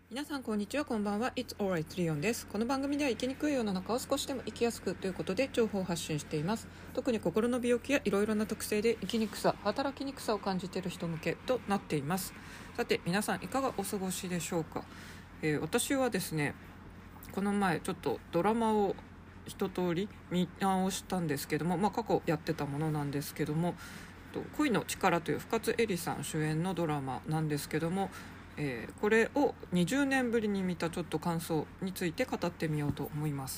皆さんこんにちは、こんばんは。 It's alright リオンです。この番組では生きにくい世の中を少しでも生きやすくということで情報を発信しています。特に心の病気やいろいろな特性で生きにくさ、働きにくさを感じている人向けとなっています。さて皆さんいかがお過ごしでしょうか。私はですね、この前ちょっとドラマを一通り見直したんですけども、過去やってたものなんですけども、恋の力という深津絵里さん主演のドラマなんですけども、これを20年ぶりに見たちょっと感想について語ってみようと思います。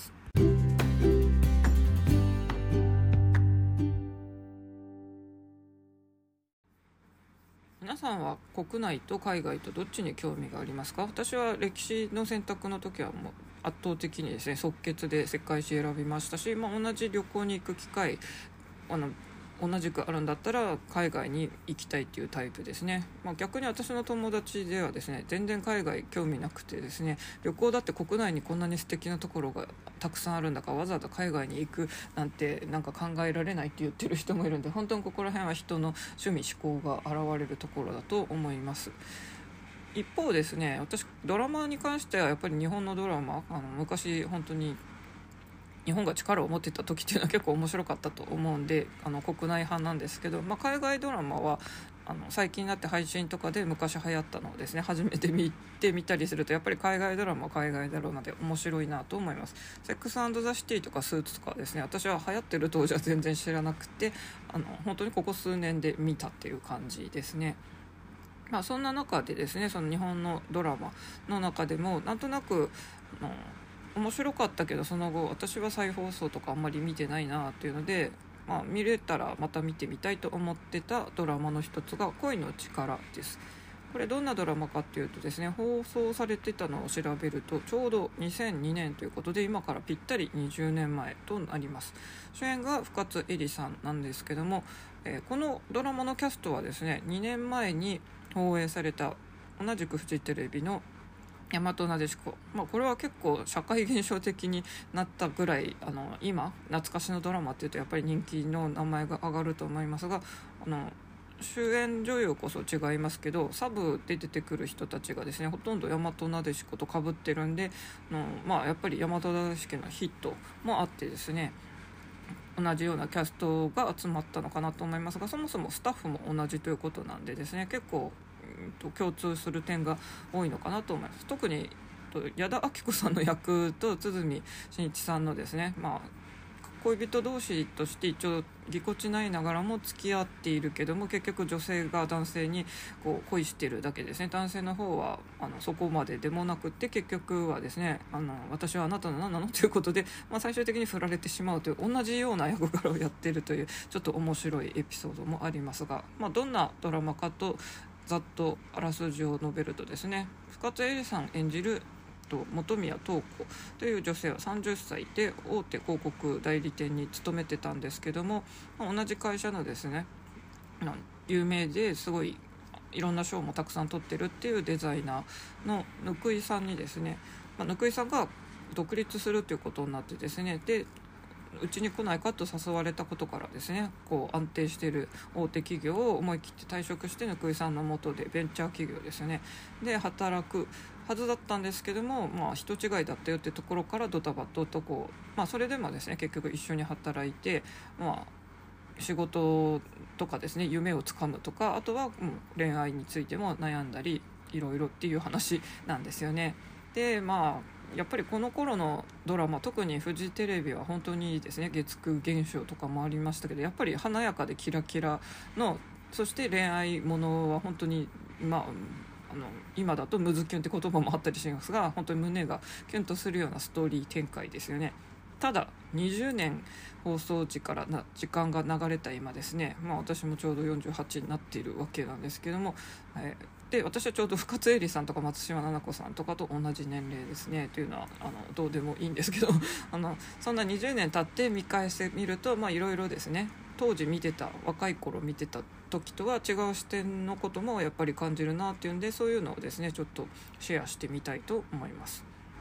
皆さんは国内と海外とどっちに興味がありますか？私は歴史の選択の時はもう圧倒的にですね、即決で世界史選びましたし、同じ旅行に行く機会同じくあるんだったら海外に行きたいっていうタイプですね。逆に私の友達ではですね、全然海外興味なくてですね、旅行だって国内にこんなに素敵なところがたくさんあるんだからわざわざ海外に行くなんてなんか考えられないって言ってる人もいるんで、本当にここら辺は人の趣味思考が現れるところだと思います。一方ですね、私ドラマに関してはやっぱり日本のドラマ、昔本当に日本が力を持っていた時っていうのは結構面白かったと思うんで、国内派なんですけど、海外ドラマは最近になって配信とかで昔流行ったのをですね、初めて見てみたりすると、やっぱり海外ドラマは海外ドラマで面白いなと思います。セックス&ザ・シティとかスーツとかですね、私は流行ってる当時は全然知らなくて、本当にここ数年で見たっていう感じですね。そんな中でですね、その日本のドラマの中でもなんとなく面白かったけど、その後私は再放送とかあんまり見てないなっていうので、見れたらまた見てみたいと思ってたドラマの一つが恋の力です。これどんなドラマかっていうとですね、放送されてたのを調べるとちょうど2002年ということで、今からぴったり20年前となります。主演が深津絵里さんなんですけども、このドラマのキャストはですね、2年前に放映された同じくフジテレビの大和なでしこ、これは結構社会現象的になったぐらい、今懐かしのドラマっていうとやっぱり人気の名前が上がると思いますが、主演女優こそ違いますけど、サブで出てくる人たちがですね、ほとんど大和なでしこと被ってるんで、やっぱり大和なでしこのヒットもあってですね、同じようなキャストが集まったのかなと思いますが、そもそもスタッフも同じということなんでですね、結構共通する点が多いのかなと思います。特に矢田亜希子さんの役と堤真一さんのですね、恋人同士として一応ぎこちないながらも付き合っているけども、結局女性が男性にこう恋しているだけですね。男性の方はそこまででもなくって、結局はですね、私はあなたの何なのということで、最終的に振られてしまうという同じような役柄をやっているというちょっと面白いエピソードもありますが、どんなドラマかとざっとあらすじを述べるとですね、深津絵里さん演じる本宮塔子という女性は30歳で大手広告代理店に勤めてたんですけども、同じ会社のですね、有名ですごいいろんな賞もたくさん取ってるっていうデザイナーの貫井さんにですね、貫井さんが独立するということになってですね、でうちに来ないかと誘われたことからですね、こう安定している大手企業を思い切って退職して、貫井さんの下でベンチャー企業ですねで働くはずだったんですけども、人違いだったよってところからドタバタとこう、それでもですね結局一緒に働いて、仕事とかですね、夢をつかむとか、あとは恋愛についても悩んだりいろいろっていう話なんですよね。でやっぱりこの頃のドラマ、特にフジテレビは本当にいいですね。月9現象とかもありましたけど、やっぱり華やかでキラキラの、そして恋愛ものは本当に今だとムズキュンって言葉もあったりしますが、本当に胸がキュンとするようなストーリー展開ですよね。ただ20年放送時から時間が流れた今ですね、私もちょうど48になっているわけなんですけども、で私はちょうど深津絵里さんとか松嶋菜々子さんとかと同じ年齢ですね。というのはどうでもいいんですけどそんな20年経って見返してみると、いろいろですね、当時見てた若い頃見てた時とは違う視点のこともやっぱり感じるなっていうんで、そういうのをですねちょっとシェアしてみたいと思います。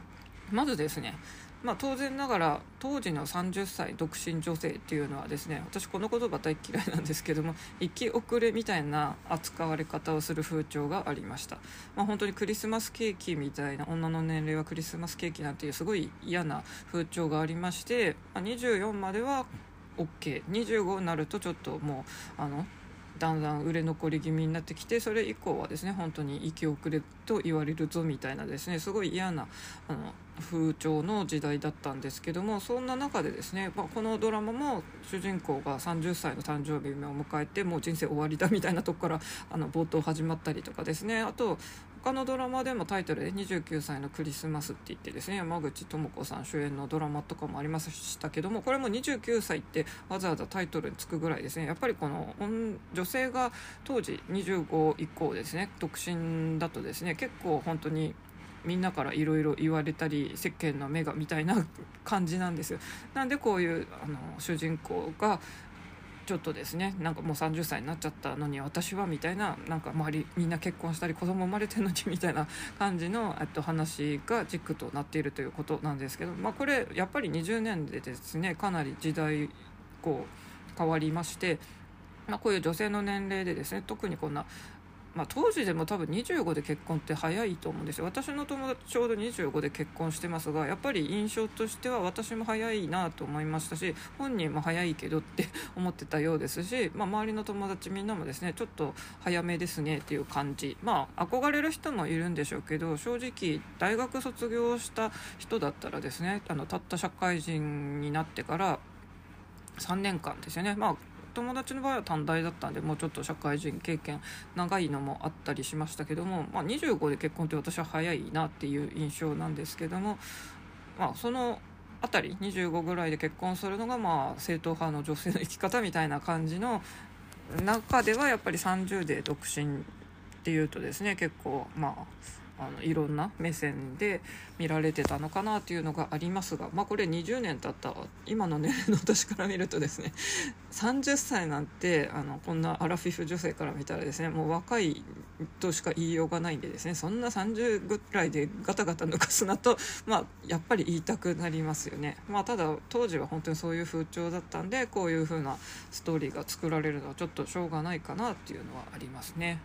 まずですね、当然ながら当時の30歳独身女性っていうのはですね、私この言葉大嫌いなんですけども、生き遅れみたいな扱われ方をする風潮がありました。本当にクリスマスケーキみたいな、女の年齢はクリスマスケーキなんていうすごい嫌な風潮がありまして、24までは OK、 25になるとちょっともうだんだん売れ残り気味になってきて、それ以降はですね本当に生き遅れと言われるぞみたいなですね、すごい嫌な風潮の時代だったんですけども、そんな中でですね、このドラマも主人公が30歳の誕生日を迎えてもう人生終わりだみたいなとこから冒頭始まったりとかですね、あと他のドラマでもタイトルで29歳のクリスマスって言ってですね、山口智子さん主演のドラマとかもありましたけども、これも29歳ってわざわざタイトルにつくぐらいですね、やっぱりこの女性が当時25以降ですね独身だとですね、結構本当にみんなからいろいろ言われたり世間の目がみたいな感じなんですよ。なんでこういう主人公がちょっとですね、なんかもう30歳になっちゃったのに私はみたいな、なんか周りみんな結婚したり子供生まれてるのにみたいな感じの話が軸となっているということなんですけど、これやっぱり20年でですねかなり時代変わりまして、こういう女性の年齢でですね、特にこんな当時でも多分25で結婚って早いと思うんですよ。私の友達ちょうど25で結婚してますが、やっぱり印象としては私も早いなと思いましたし、本人も早いけどって思ってたようですし、周りの友達みんなもですねちょっと早めですねっていう感じ、憧れる人もいるんでしょうけど、正直大学卒業した人だったらですね、たった社会人になってから3年間ですよね。友達の場合は短大だったんでもうちょっと社会人経験長いのもあったりしましたけども、25で結婚って私は早いなっていう印象なんですけども、そのあたり25ぐらいで結婚するのが正統派の女性の生き方みたいな感じの中では、やっぱり30で独身っていうとですね、結構いろんな目線で見られてたのかなというのがありますが、これ20年経った今の年齢の私から見るとですね、30歳なんてこんなアラフィフ女性から見たらですね、もう若いとしか言いようがないんでですね、そんな30ぐらいでガタガタ抜かすなと、やっぱり言いたくなりますよね。ただ当時は本当にそういう風潮だったんで、こういう風なストーリーが作られるのはちょっとしょうがないかなっていうのはありますね。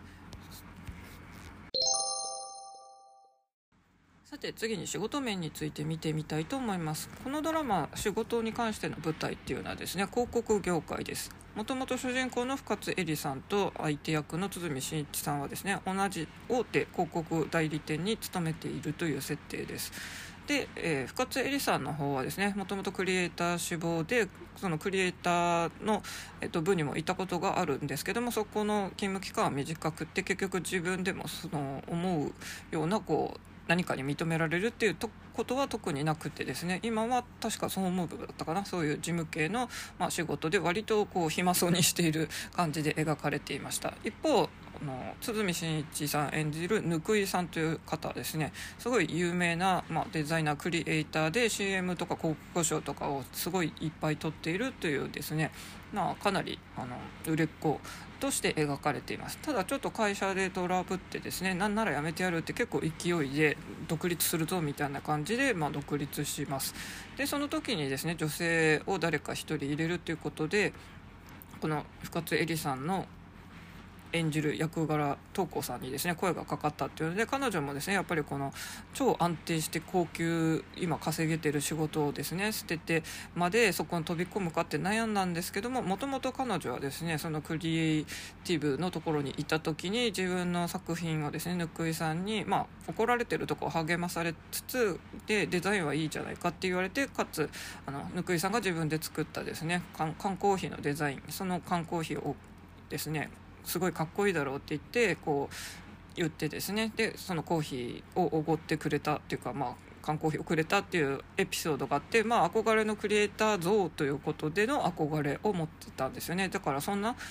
さて次に仕事面について見てみたいと思います。このドラマ仕事に関しての舞台っていうのはですね、広告業界です。もともと主人公の深津絵里さんと相手役の堤真一さんはですね、同じ大手広告代理店に勤めているという設定です。で、深津絵里さんの方はですね、もともとクリエイター志望で、そのクリエイターの、部にもいたことがあるんですけども、そこの勤務期間は短くて、結局自分でもその思うような何かに認められるっていうことは特になくてですね、今は確か総務部だったかな、そういう事務系の、仕事で割と暇そうにしている感じで描かれていました。一方堤真一さん演じる貫井さんという方はですね、すごい有名な、デザイナークリエイターで CM とか広告賞とかをすごいいっぱい撮っているというですね、かなり売れっ子として描かれています。ただちょっと会社でトラブってですね、なんなら辞めてやるって結構勢いで独立するぞみたいな感じで、独立します。でその時にですね、女性を誰か一人入れるということで、この深津絵里さんの演じる役柄東子さんにですね声がかかったっていうので、彼女もですねやっぱりこの超安定して高級今稼げてる仕事をですね捨ててまでそこに飛び込むかって悩んだんですけども、もともと彼女はですねそのクリエイティブのところにいた時に自分の作品をですね貫井さんに怒られてるところを励まされつつで、デザインはいいじゃないかって言われて、かつ貫井さんが自分で作ったですね缶コーヒーのデザイン、その缶コーヒーをですねすごいかっこいいだろうって言って言ってですね、でそのコーヒーをおごってくれたっていうか缶コーヒーをくれたっていうエピソードがあって、憧れのクリエイター像ということでの憧れを持ってたんですよね。だからそんな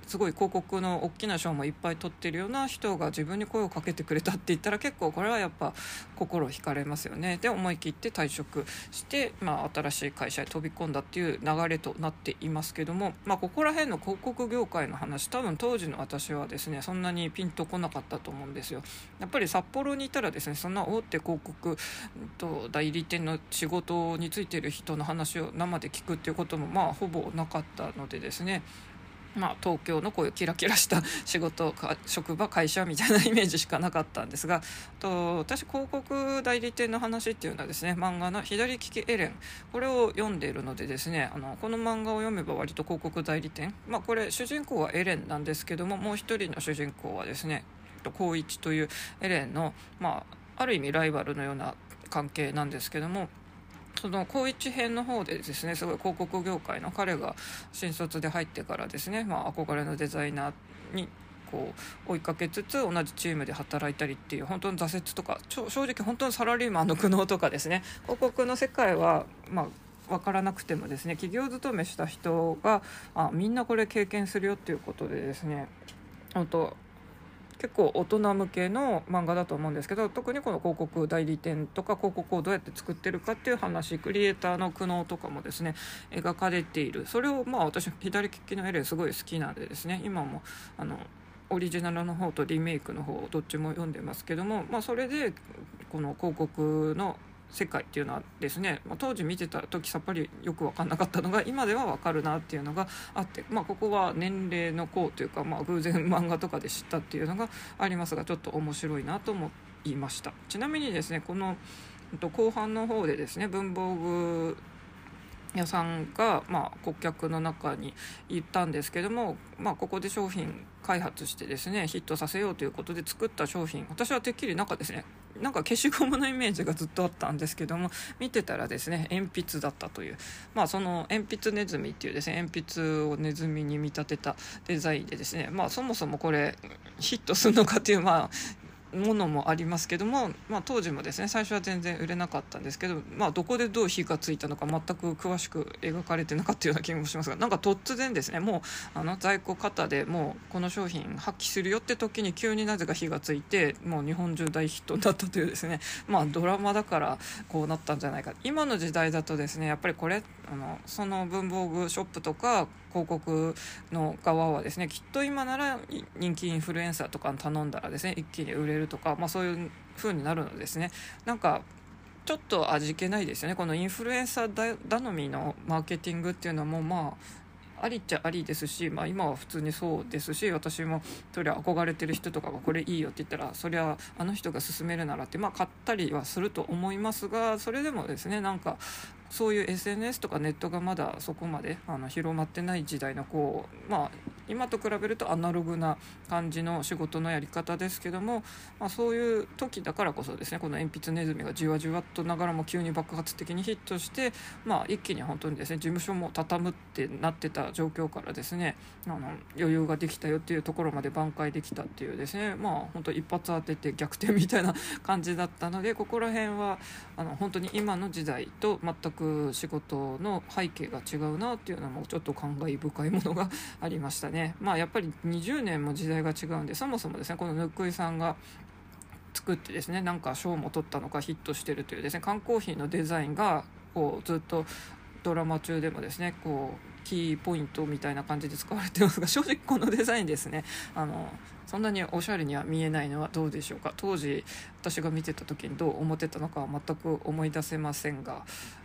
すごい広告の大きな賞もいっぱい取ってるような人が自分に声をかけてくれたって言ったら、結構これはやっぱ心惹かれますよね。で思い切って退職して、新しい会社へ飛び込んだっていう流れとなっていますけども、ここら辺の広告業界の話、多分当時の私はですねそんなにピンとこなかったと思うんですよ。やっぱり札幌にいたらですね、そんな大手広告と代理店の仕事についている人の話を生で聞くっていうこともほぼなかったのでですね、東京のこういうキラキラした仕事職場会社みたいなイメージしかなかったんですが、私広告代理店の話っていうのはですね、漫画の左利きエレン、これを読んでいるのでですね、この漫画を読めば割と広告代理店、これ主人公はエレンなんですけども、もう一人の主人公はですね光一というエレンの、ある意味ライバルのような関係なんですけども、その高一編の方でですね、すごい広告業界の彼が新卒で入ってからですね、憧れのデザイナーにこう追いかけつつ同じチームで働いたりっていう、本当に挫折とか正直本当にサラリーマンの苦悩とかですね、広告の世界は分からなくてもですね、企業勤めした人がみんなこれ経験するよっていうことでですね、本当結構大人向けの漫画だと思うんですけど、特にこの広告代理店とか広告をどうやって作ってるかっていう話、クリエイターの苦悩とかもですね描かれている。それを私左利きのエレンすごい好きなんでですね、今もオリジナルの方とリメイクの方どっちも読んでますけども、それでこの広告の世界っていうのはですね、当時見てた時さっぱりよく分かんなかったのが今では分かるなっていうのがあって、ここは年齢の子というか、偶然漫画とかで知ったっていうのがありますが、ちょっと面白いなと思いました。ちなみにですね、この後半の方でですね、文房具屋さんが、顧客の中に行ったんですけども、ここで商品開発してですねヒットさせようということで作った商品、私はてっきりですね消しゴムのイメージがずっとあったんですけども、見てたらですね鉛筆だったという、その鉛筆ネズミっていうですね、鉛筆をネズミに見立てたデザインでですね、そもそもこれヒットするのかっていうものもありますけども、当時もですね最初は全然売れなかったんですけど、どこでどう火がついたのか全く詳しく描かれてなかったような気もしますが、突然ですね、もう在庫型でもうこの商品発揮するよって時に急になぜか火がついて、もう日本中大ヒットになったというですね、ドラマだからこうなったんじゃないか。今の時代だとですね、やっぱりこれその文房具ショップとか広告の側はですね、きっと今なら人気インフルエンサーとかに頼んだらですね一気に売れるとか、そういう風になるのですね、ちょっと味気ないですよね。このインフルエンサー頼みのマーケティングっていうのもありっちゃありですし、今は普通にそうですし、私もそりゃ憧れてる人とかがこれいいよって言ったら、そりゃあの人が勧めるならって買ったりはすると思いますが、それでもですねそういう SNS とかネットがまだそこまで広まってない時代の今と比べるとアナログな感じの仕事のやり方ですけども、そういう時だからこそですね、この鉛筆ネズミがじわじわっとながらも急に爆発的にヒットして、一気に本当にですね事務所も畳むってなってた状況からですね余裕ができたよっていうところまで挽回できたっていうですね、本当一発当てて逆転みたいな感じだったので、ここら辺は本当に今の時代と全く仕事の背景が違うなっていうのもちょっと感慨深いものがありましたね。やっぱり20年も時代が違うんで、そもそもですねこのぬくいさんが作ってですね賞も取ったのかヒットしてるというですね缶コーヒーのデザインがずっとドラマ中でもですねキーポイントみたいな感じで使われてますが、正直このデザインですねそんなにおしゃれには見えないのはどうでしょうか。当時私が見てた時にどう思ってたのかは全く思い出せませんが、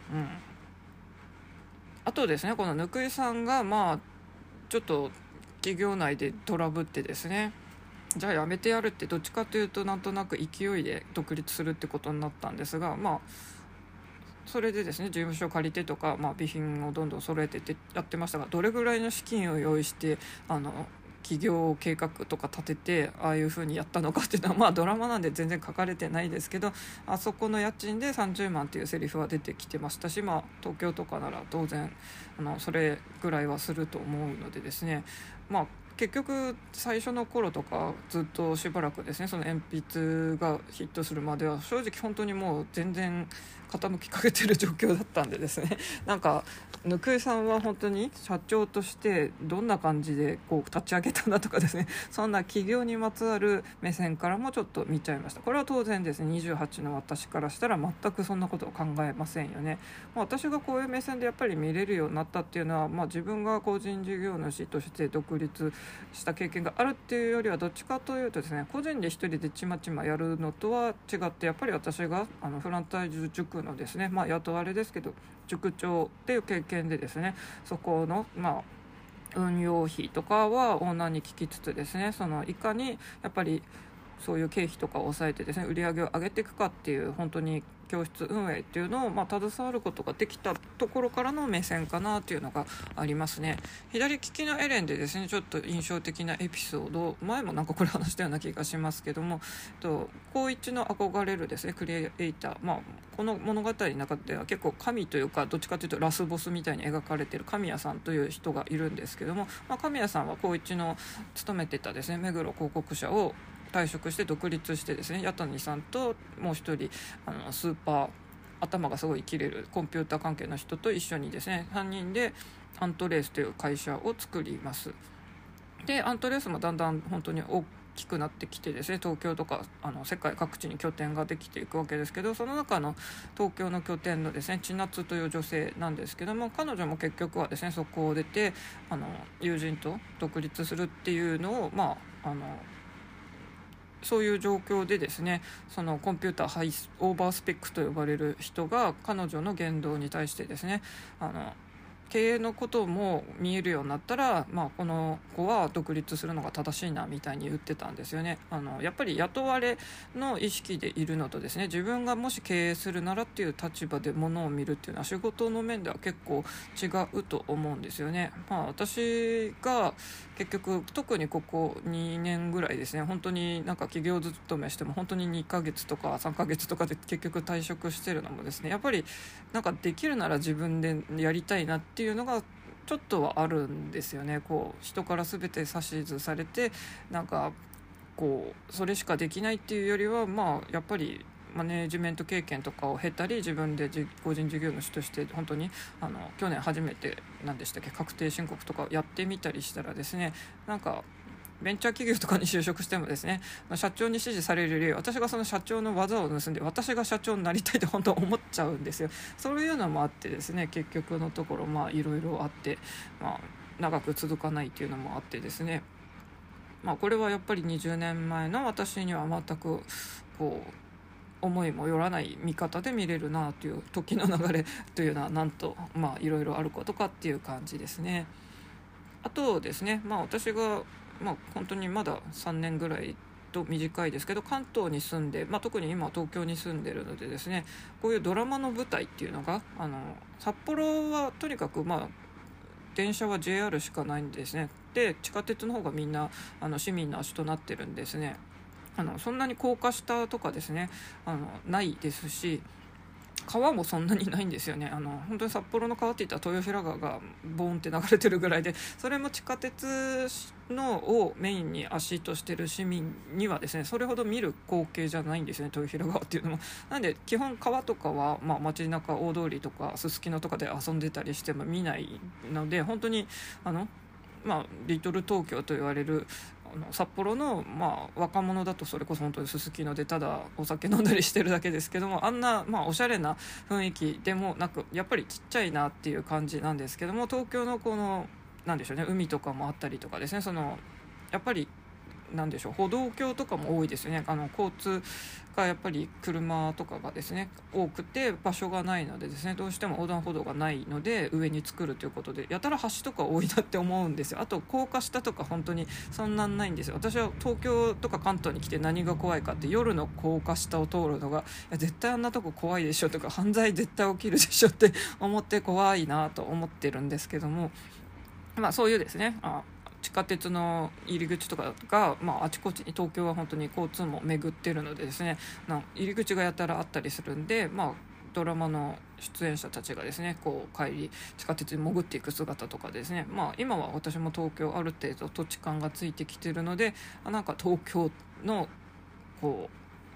あとですねこのぬくいさんがちょっと企業内でトラブってですね、じゃあやめてやるってどっちかというとなんとなく勢いで独立するってことになったんですが、それでですね事務所借りてとか、備品をどんどん揃えてってやってましたが、どれぐらいの資金を用意して企業計画とか立ててああいう風にやったのかっていうのはドラマなんで全然書かれてないですけど、あそこの家賃で30万っていうセリフは出てきてましたし、東京とかなら当然それぐらいはすると思うのでですね、結局最初の頃とかずっとしばらくですねその鉛筆がヒットするまでは正直本当にもう全然傾きかけてる状況だったんでですねなんかぬ井さんは本当に社長としてどんな感じでこう立ち上げたんだとかですね、そんな企業にまつわる目線からもちょっと見ちゃいました。これは当然ですね、28の私からしたら全くそんなことを考えませんよね。私がこういう目線でやっぱり見れるようになったっていうのは、自分が個人事業主として独立した経験があるっていうよりは、どっちかというとですね、個人で一人でちまちまやるのとは違って、やっぱり私がフランチャイズ塾のですね、雇われですけど塾長っていう経験でですね、そこの運用費とかはオーナーに聞きつつですね、いかにやっぱりそういう経費とかを抑えてですね、売り上げを上げていくかっていう、本当に教室運営っていうのを携わることができたところからの目線かなっていうのがありますね。左利きのエレンでですね、ちょっと印象的なエピソード、前もこれ話したような気がしますけども、高一の憧れるですねクリエイター、この物語の中では結構神というか、どっちかというとラスボスみたいに描かれている神谷さんという人がいるんですけども、神谷さんは高一の勤めてたですね目黒広告社を退職して独立してですね、八谷さんともう一人スーパー頭がすごい切れるコンピューター関係の人と一緒にですね、3人でアントレースという会社を作ります。でアントレースもだんだん本当に大きくなってきてですね、東京とか世界各地に拠点ができていくわけですけど、その中の東京の拠点のですね千夏という女性なんですけども、彼女も結局はですねそこを出て友人と独立するっていうのをそういう状況でですね、そのコンピューターオーバースペックと呼ばれる人が彼女の言動に対してですね、経営のことも見えるようになったら、この子は独立するのが正しいなみたいに言ってたんですよね。やっぱり雇われの意識でいるのとですね、自分がもし経営するならっていう立場でものを見るっていうのは仕事の面では結構違うと思うんですよね。私が結局特にここ2年ぐらいですね、本当に企業勤めしても本当に2ヶ月とか3ヶ月とかで結局退職してるのもですね、やっぱりできるなら自分でやりたいなっていうのがちょっとはあるんですよね。こう人から全て指図されてそれしかできないっていうよりは、やっぱりマネージメント経験とかを経たり、自分で個人事業主として本当に去年初めて何でしたっけ確定申告とかやってみたりしたらですね、ベンチャー企業とかに就職してもですね、社長に指示されるより私がその社長の技を盗んで私が社長になりたいって本当思っちゃうんですよ。そういうのもあってですね、結局のところいろいろあって、長く続かないっていうのもあってですね、これはやっぱり20年前の私には全く思いもよらない見方で見れるなという、時の流れというのはなんといろいろあることかっていう感じですね。あとですね、私が本当にまだ3年ぐらいと短いですけど関東に住んで、特に今東京に住んでるのでですね、こういうドラマの舞台っていうのが札幌はとにかく電車は JR しかないんですね。で地下鉄の方がみんな市民の足となってるんですね。そんなに高架下とかですねないですし、川もそんなにないんですよね。本当に札幌の川っていったら豊平川がボーンって流れてるぐらいで、それも地下鉄のをメインに足としてる市民にはですねそれほど見る光景じゃないんですよね、豊平川っていうのも。なんで基本川とかは、街中大通りとかすすきのとかで遊んでたりしても見ないので、本当にリトル東京と言われる札幌の、若者だとそれこそ本当にすすきのでただお酒飲んだりしてるだけですけども、あんな、おしゃれな雰囲気でもなく、やっぱりちっちゃいなっていう感じなんですけども、東京のこのなんでしょうね、海とかもあったりとかですね、やっぱりなんでしょう、歩道橋とかも多いですよね。交通がやっぱり車とかがですね多くて場所がないのでですね、どうしても横断歩道がないので上に作るということで、やたら橋とか多いなって思うんですよ。あと高架下とか本当にそんなんないんですよ。私は東京とか関東に来て何が怖いかって、夜の高架下を通るのが、いや絶対あんなとこ怖いでしょとか、犯罪絶対起きるでしょって思って怖いなと思ってるんですけども、そういうですね地下鉄の入り口とかが、あちこちに、東京は本当に交通も巡っているのでですね、入り口がやたらあったりするんで、ドラマの出演者たちがですね帰り地下鉄に潜っていく姿とかですね、今は私も東京ある程度土地勘がついてきてるので、東京の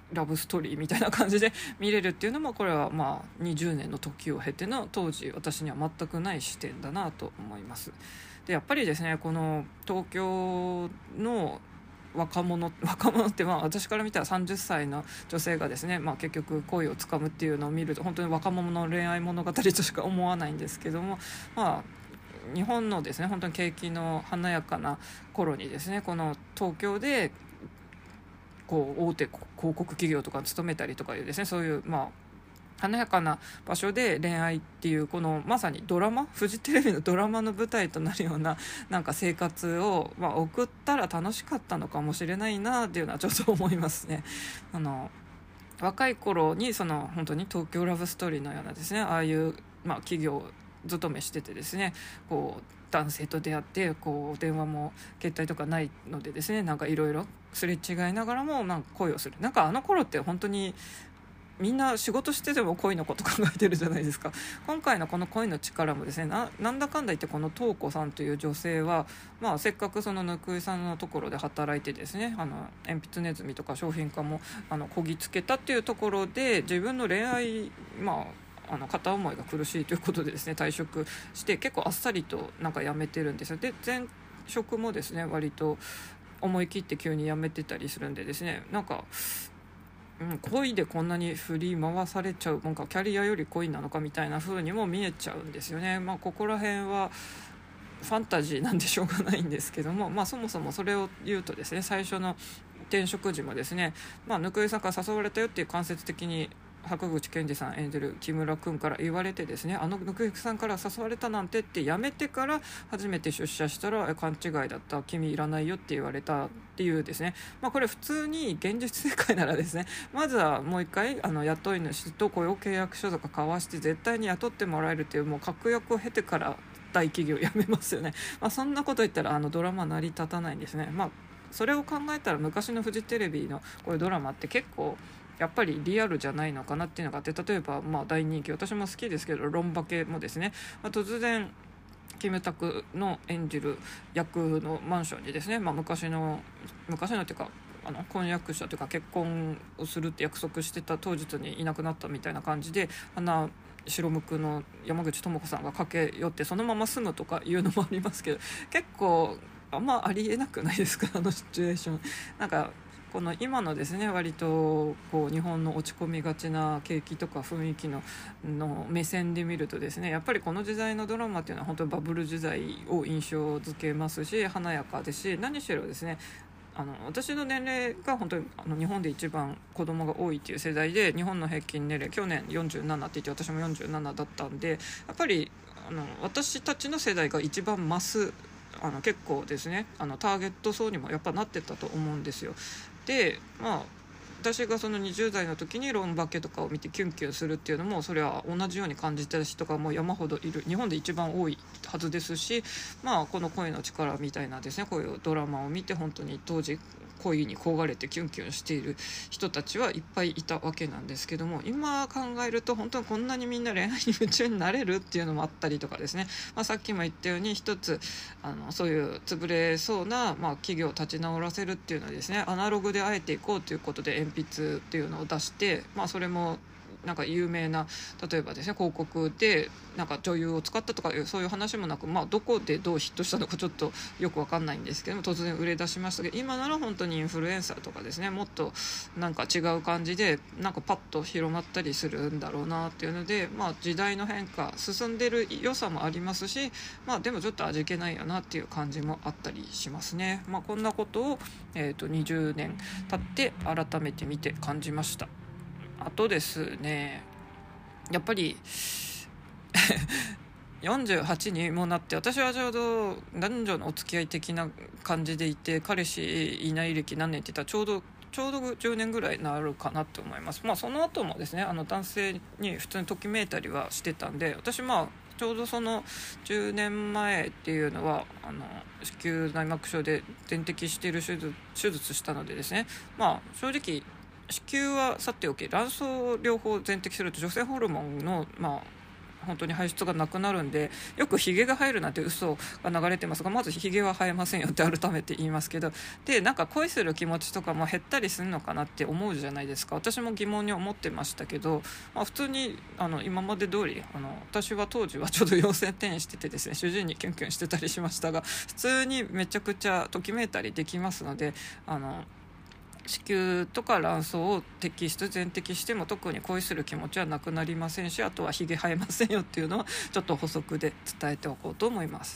ラブストーリーみたいな感じで見れるっていうのも、これはまあ20年の時を経ての当時私には全くない視点だなと思います。でやっぱりですね、この東京の若者ってまあ私から見たら30歳の女性がですね、まあ、結局恋をつかむっていうのを見ると本当に若者の恋愛物語としか思わないんですけども、まあ日本のですね本当に景気の華やかな頃にですね、この東京でこう大手広告企業とか勤めたりとかいうですね、そういうまあ華やかな場所で恋愛っていう、このまさにドラマ、フジテレビのドラマの舞台となるようななんか生活を、まあ、送ったら楽しかったのかもしれないなっていうのはちょっと思いますね。若い頃にその本当に東京ラブストーリーのようなですね、ああいう、まあ、企業勤めしててですね、こう男性と出会ってこう電話も携帯とかないのでですね、なんかいろいろすれ違いながらもなんか恋をする。なんかあの頃って本当にみんな仕事してても恋のこと考えてるじゃないですか。今回のこの恋の力もですね、なんだかんだ言ってこの東子さんという女性は、まあ、せっかくそのぬくいさんのところで働いてですね、鉛筆ネズミとか商品化もこぎつけたっていうところで、自分の恋愛、まあ片思いが苦しいということでですね退職して結構あっさりとなんか辞めてるんですよ。で前職もですね割と思い切って急に辞めてたりするんでですね、なんか恋でこんなに振り回されちゃう、なんかキャリアより恋なのかみたいな風にも見えちゃうんですよね。まあここら辺はファンタジーなんでしょうがないんですけども、まあそもそもそれを言うとですね、最初の転職時もですね、まあぬくいさんから誘われたよっていう間接的に坂口健二さん演じる木村君から言われてですね、ぬくいさんから誘われたなんてってやめてから初めて出社したら勘違いだった、君いらないよって言われたっていうですね、まあ、これ普通に現実世界ならですね、まずはもう一回雇い主と雇用契約書とか交わして絶対に雇ってもらえるっていうもう確約を経てから大企業辞めますよね。まあ、そんなこと言ったらドラマ成り立たないんですね。まあそれを考えたら昔のフジテレビのこういうドラマって結構やっぱりリアルじゃないのかなっていうのがあって、例えばまあ大人気、私も好きですけどロンバケもですね、まあ、突然キムタクの演じる役のマンションにですね、まあ、昔のっていうか婚約者というか結婚をするって約束してた当日にいなくなったみたいな感じで白無垢の山口智子さんが駆け寄ってそのまま住むとかいうのもありますけど、結構あんまありえなくないですかシチュエーション。なんかこの今のですね割とこう日本の落ち込みがちな景気とか雰囲気の目線で見るとですね、やっぱりこの時代のドラマっていうのは本当にバブル時代を印象づけますし華やかですし、何しろですね私の年齢が本当に日本で一番子供が多いっていう世代で、日本の平均年齢去年47って言って私も47だったんで、やっぱり私たちの世代が一番増す結構ですねターゲット層にもやっぱなってたと思うんですよ。でまあ私がその20代の時にロンバケとかを見てキュンキュンするっていうのもそれは同じように感じた人がもう山ほどいる、日本で一番多いはずですし、まあこの恋の力みたいなですねこういうドラマを見て本当に当時恋に焦がれてキュンキュンしている人たちはいっぱいいたわけなんですけども、今考えると本当にこんなにみんな恋愛に夢中になれるっていうのもあったりとかですね、まあ、さっきも言ったように一つそういう潰れそうな、まあ、企業を立ち直らせるっていうのはですねアナログであえていこうということで鉛筆っていうのを出して、まあ、それもなんか有名な例えばですね広告でなんか女優を使ったとかそういう話もなく、まあ、どこでどうヒットしたのかちょっとよく分かんないんですけども突然売れ出しましたけど、今なら本当にインフルエンサーとかですねもっとなんか違う感じでなんかパッと広まったりするんだろうなっていうので、まあ、時代の変化進んでる良さもありますし、まあ、でもちょっと味気ないよなっていう感じもあったりしますね。まあ、こんなことを、20年経って改めて見て感じました。あとですねやっぱり48にもなって、私はちょうど男女のお付き合い的な感じでいて彼氏いない歴何年って言ったらちょうど10年ぐらいになるかなと思います。まあその後もですね男性に普通にときめいたりはしてたんで、私ちょうどその10年前っていうのは子宮内膜症で全摘している手術したのでですね、まあ正直子宮はさておき卵巣療法を全摘すると女性ホルモンの本当に排出がなくなるんで、よくヒゲが生えるなんて嘘が流れてますが、まずヒゲは生えませんよって改めて言いますけど、でなんか恋する気持ちとかも減ったりするのかなって思うじゃないですか。私も疑問に思ってましたけど、普通に今まで通り私は当時はちょっと陽性転移しててですね、主治医にキュンキュンしてたりしましたが、普通にめちゃくちゃときめいたりできますので、子宮とか卵巣を摘出全摘しても特に恋する気持ちはなくなりませんし、あとはヒゲ生えませんよっていうのはちょっと補足で伝えておこうと思います。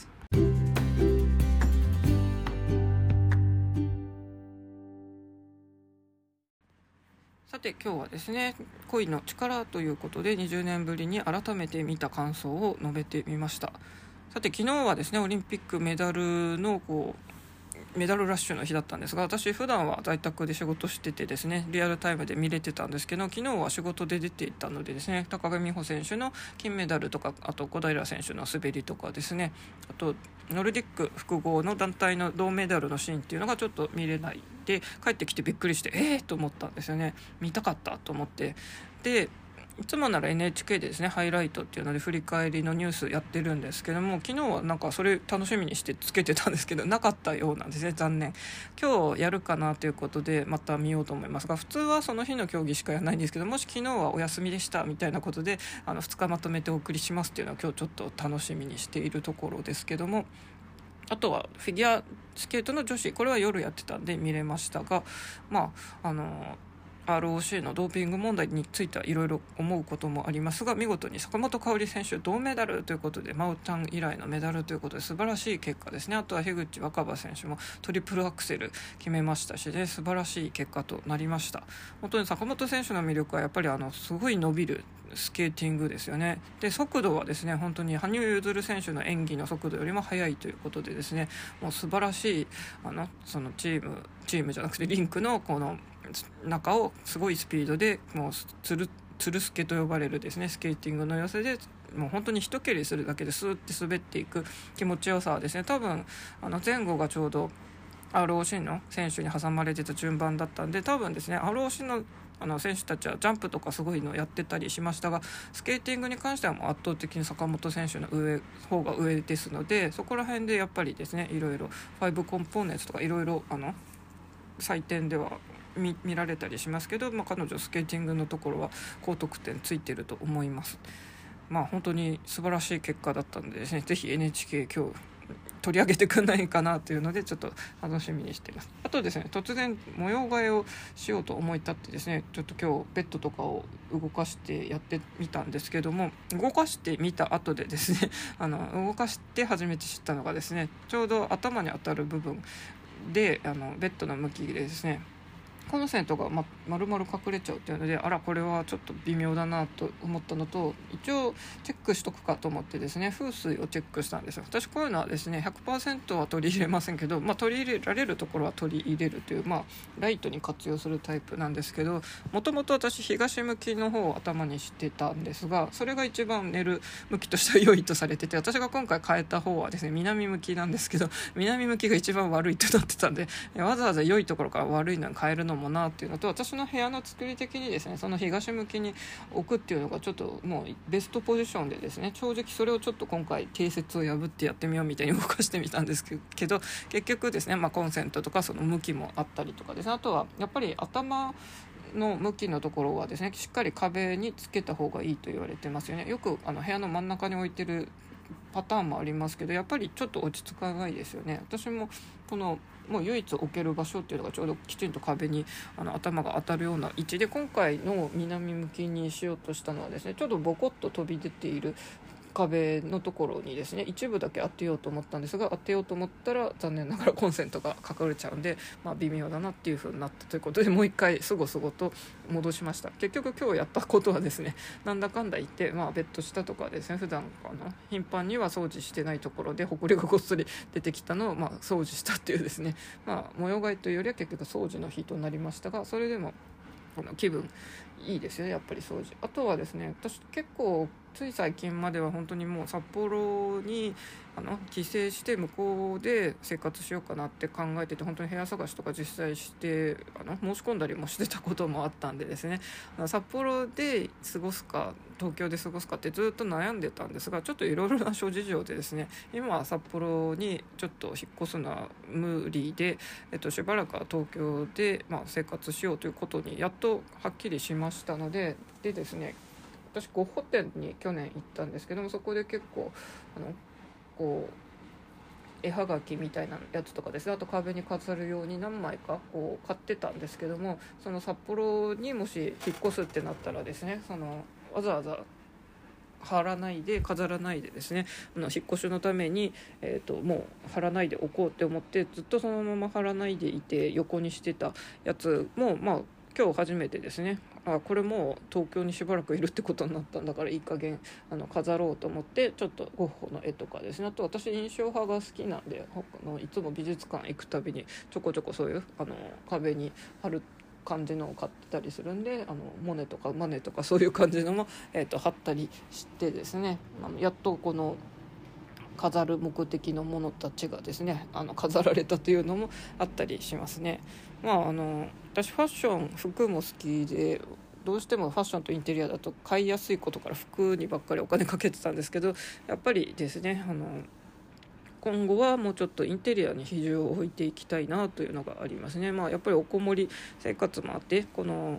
さて今日はですね、恋の力ということで20年ぶりに改めて見た感想を述べてみました。さて昨日はですね、オリンピックメダルのメダルラッシュの日だったんですが、私普段は在宅で仕事しててですね、リアルタイムで見れてたんですけど、昨日は仕事で出ていたのでですね、高木美帆選手の金メダルとか、あと小平選手の滑りとかですね、あとノルディック複合の団体の銅メダルのシーンっていうのがちょっと見れないで、帰ってきてびっくりしてと思ったんですよね。見たかったと思って、でいつもなら NHK でですね、ハイライトっていうので振り返りのニュースやってるんですけども、昨日はなんかそれ楽しみにしてつけてたんですけど、なかったようなんですね。残念。今日やるかなということでまた見ようと思いますが、普通はその日の競技しかやらないんですけど、もし昨日はお休みでしたみたいなことで2日まとめてお送りしますっていうのは今日ちょっと楽しみにしているところですけども、あとはフィギュアスケートの女子、これは夜やってたんで見れましたが、ROC のドーピング問題についてはいろいろ思うこともありますが、見事に坂本花織選手銅メダルということで、真央ちゃん以来のメダルということで素晴らしい結果ですね。あとは樋口新葉選手もトリプルアクセル決めましたし、素晴らしい結果となりました。本当に坂本選手の魅力はやっぱりすごい伸びるスケーティングですよね。で速度はですね、本当に羽生結弦選手の演技の速度よりも速いということでですね、もう素晴らしいそのチームじゃなくてリンクのこの中をすごいスピードでもうつるスケと呼ばれるですね、スケーティングの良さでもう本当に一蹴りするだけでスーッて滑っていく気持ちよさはですね、多分前後がちょうど ROC の選手に挟まれてた順番だったんで、多分ですね ROC の選手たちはジャンプとかすごいのやってたりしましたが、スケーティングに関してはもう圧倒的に坂本選手の方が上ですので、そこら辺でやっぱりですね、いろいろ5コンポーネンツとかいろいろ採点では見られたりしますけど、彼女スケーティングのところは高得点ついてると思います。本当に素晴らしい結果だったのでですね、ぜひ NHK 今日取り上げてくんないかなというのでちょっと楽しみにしています。あとですね、突然模様替えをしようと思い立ってですね、ちょっと今日ベッドとかを動かしてやってみたんですけども、動かしてみた後でですね動かして初めて知ったのがですね、ちょうど頭に当たる部分でベッドの向きでですね、コンセントが丸々隠れちゃうっていうので、これはちょっと微妙だなと思ったのと、一応チェックしとくかと思ってですね、風水をチェックしたんですよ。私こういうのはですね 100% は取り入れませんけど、取り入れられるところは取り入れるという、ライトに活用するタイプなんですけど、もともと私東向きの方を頭にしてたんですが、それが一番寝る向きとしては良いとされてて、私が今回変えた方はですね南向きなんですけど、南向きが一番悪いとなってたんで、わざわざ良いところから悪いのに変えるのもなっていうのと、私の部屋の作り的にですね、その東向きに置くっていうのがちょっともうベストポジションでですね、正直それをちょっと今回定説を破ってやってみようみたいに動かしてみたんですけど、結局ですね、コンセントとかその向きもあったりとかですね、あとはやっぱり頭の向きのところはですね、しっかり壁につけた方がいいと言われてますよね。よく部屋の真ん中に置いてるパターンもありますけど、やっぱりちょっと落ち着かないですよね。私ももう唯一置ける場所っていうのがちょうどきちんと壁に頭が当たるような位置で、今回の南向きにしようとしたのはですね、ちょっとボコッと飛び出ている壁のところにですね一部だけ当てようと思ったんですが、当てようと思ったら残念ながらコンセントが隠れちゃうんで、微妙だなっていう風になったということで、もう一回すごと戻しました。結局今日やったことはですね、なんだかんだ言って、ベッド下とかですね、普段頻繁には掃除してないところでホコリがごっそり出てきたのを掃除したっていうですね、模様替えというよりは結局掃除の日となりましたが、それでも気分いいですよね、やっぱり掃除。あとはですね、私結構つい最近までは本当にもう札幌に帰省して向こうで生活しようかなって考えてて、本当に部屋探しとか実際して申し込んだりもしてたこともあったんでですね、札幌で過ごすか東京で過ごすかってずっと悩んでたんですが、ちょっといろいろな諸事情でですね、今は札幌にちょっと引っ越すのは無理で、しばらくは東京で、生活しようということにやっとはっきりしましたので、でですね、私ゴッホ展に去年行ったんですけども、そこで結構こう絵はがきみたいなやつとかですね、あと壁に飾るように何枚かこう買ってたんですけども、その札幌にもし引っ越すってなったらですね、わざわざ貼らないで飾らないでですね、引っ越しのために、もう貼らないでおこうって思ってずっとそのまま貼らないでいて横にしてたやつも、今日初めてですね、これもう東京にしばらくいるってことになったんだからいい加減飾ろうと思って、ちょっとゴッホの絵とかですね、あと私印象派が好きなんでいつも美術館行くたびにちょこちょこそういう壁に貼る感じのを買ってたりするんで、モネとかマネとかそういう感じのも、貼ったりしてですね、やっとこの飾る目的のものたちがですね飾られたというのもあったりしますね。私ファッション服も好きで、どうしてもファッションとインテリアだと買いやすいことから服にばっかりお金かけてたんですけど、やっぱりですね今後はもうちょっとインテリアに比重を置いていきたいなというのがありますね。やっぱりおこもり生活もあって、この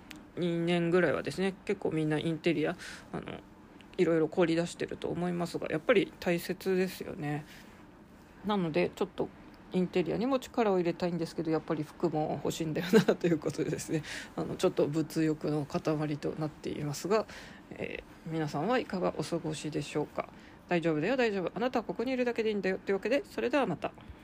2年ぐらいはですね結構みんなインテリアいろいろ凝り出してると思いますが、やっぱり大切ですよね。なのでちょっとインテリアにも力を入れたいんですけど、やっぱり服も欲しいんだよなということでですねちょっと物欲の塊となっていますが、皆さんはいかがお過ごしでしょうか。大丈夫だよ大丈夫、あなたはここにいるだけでいいんだよというわけで、それではまた。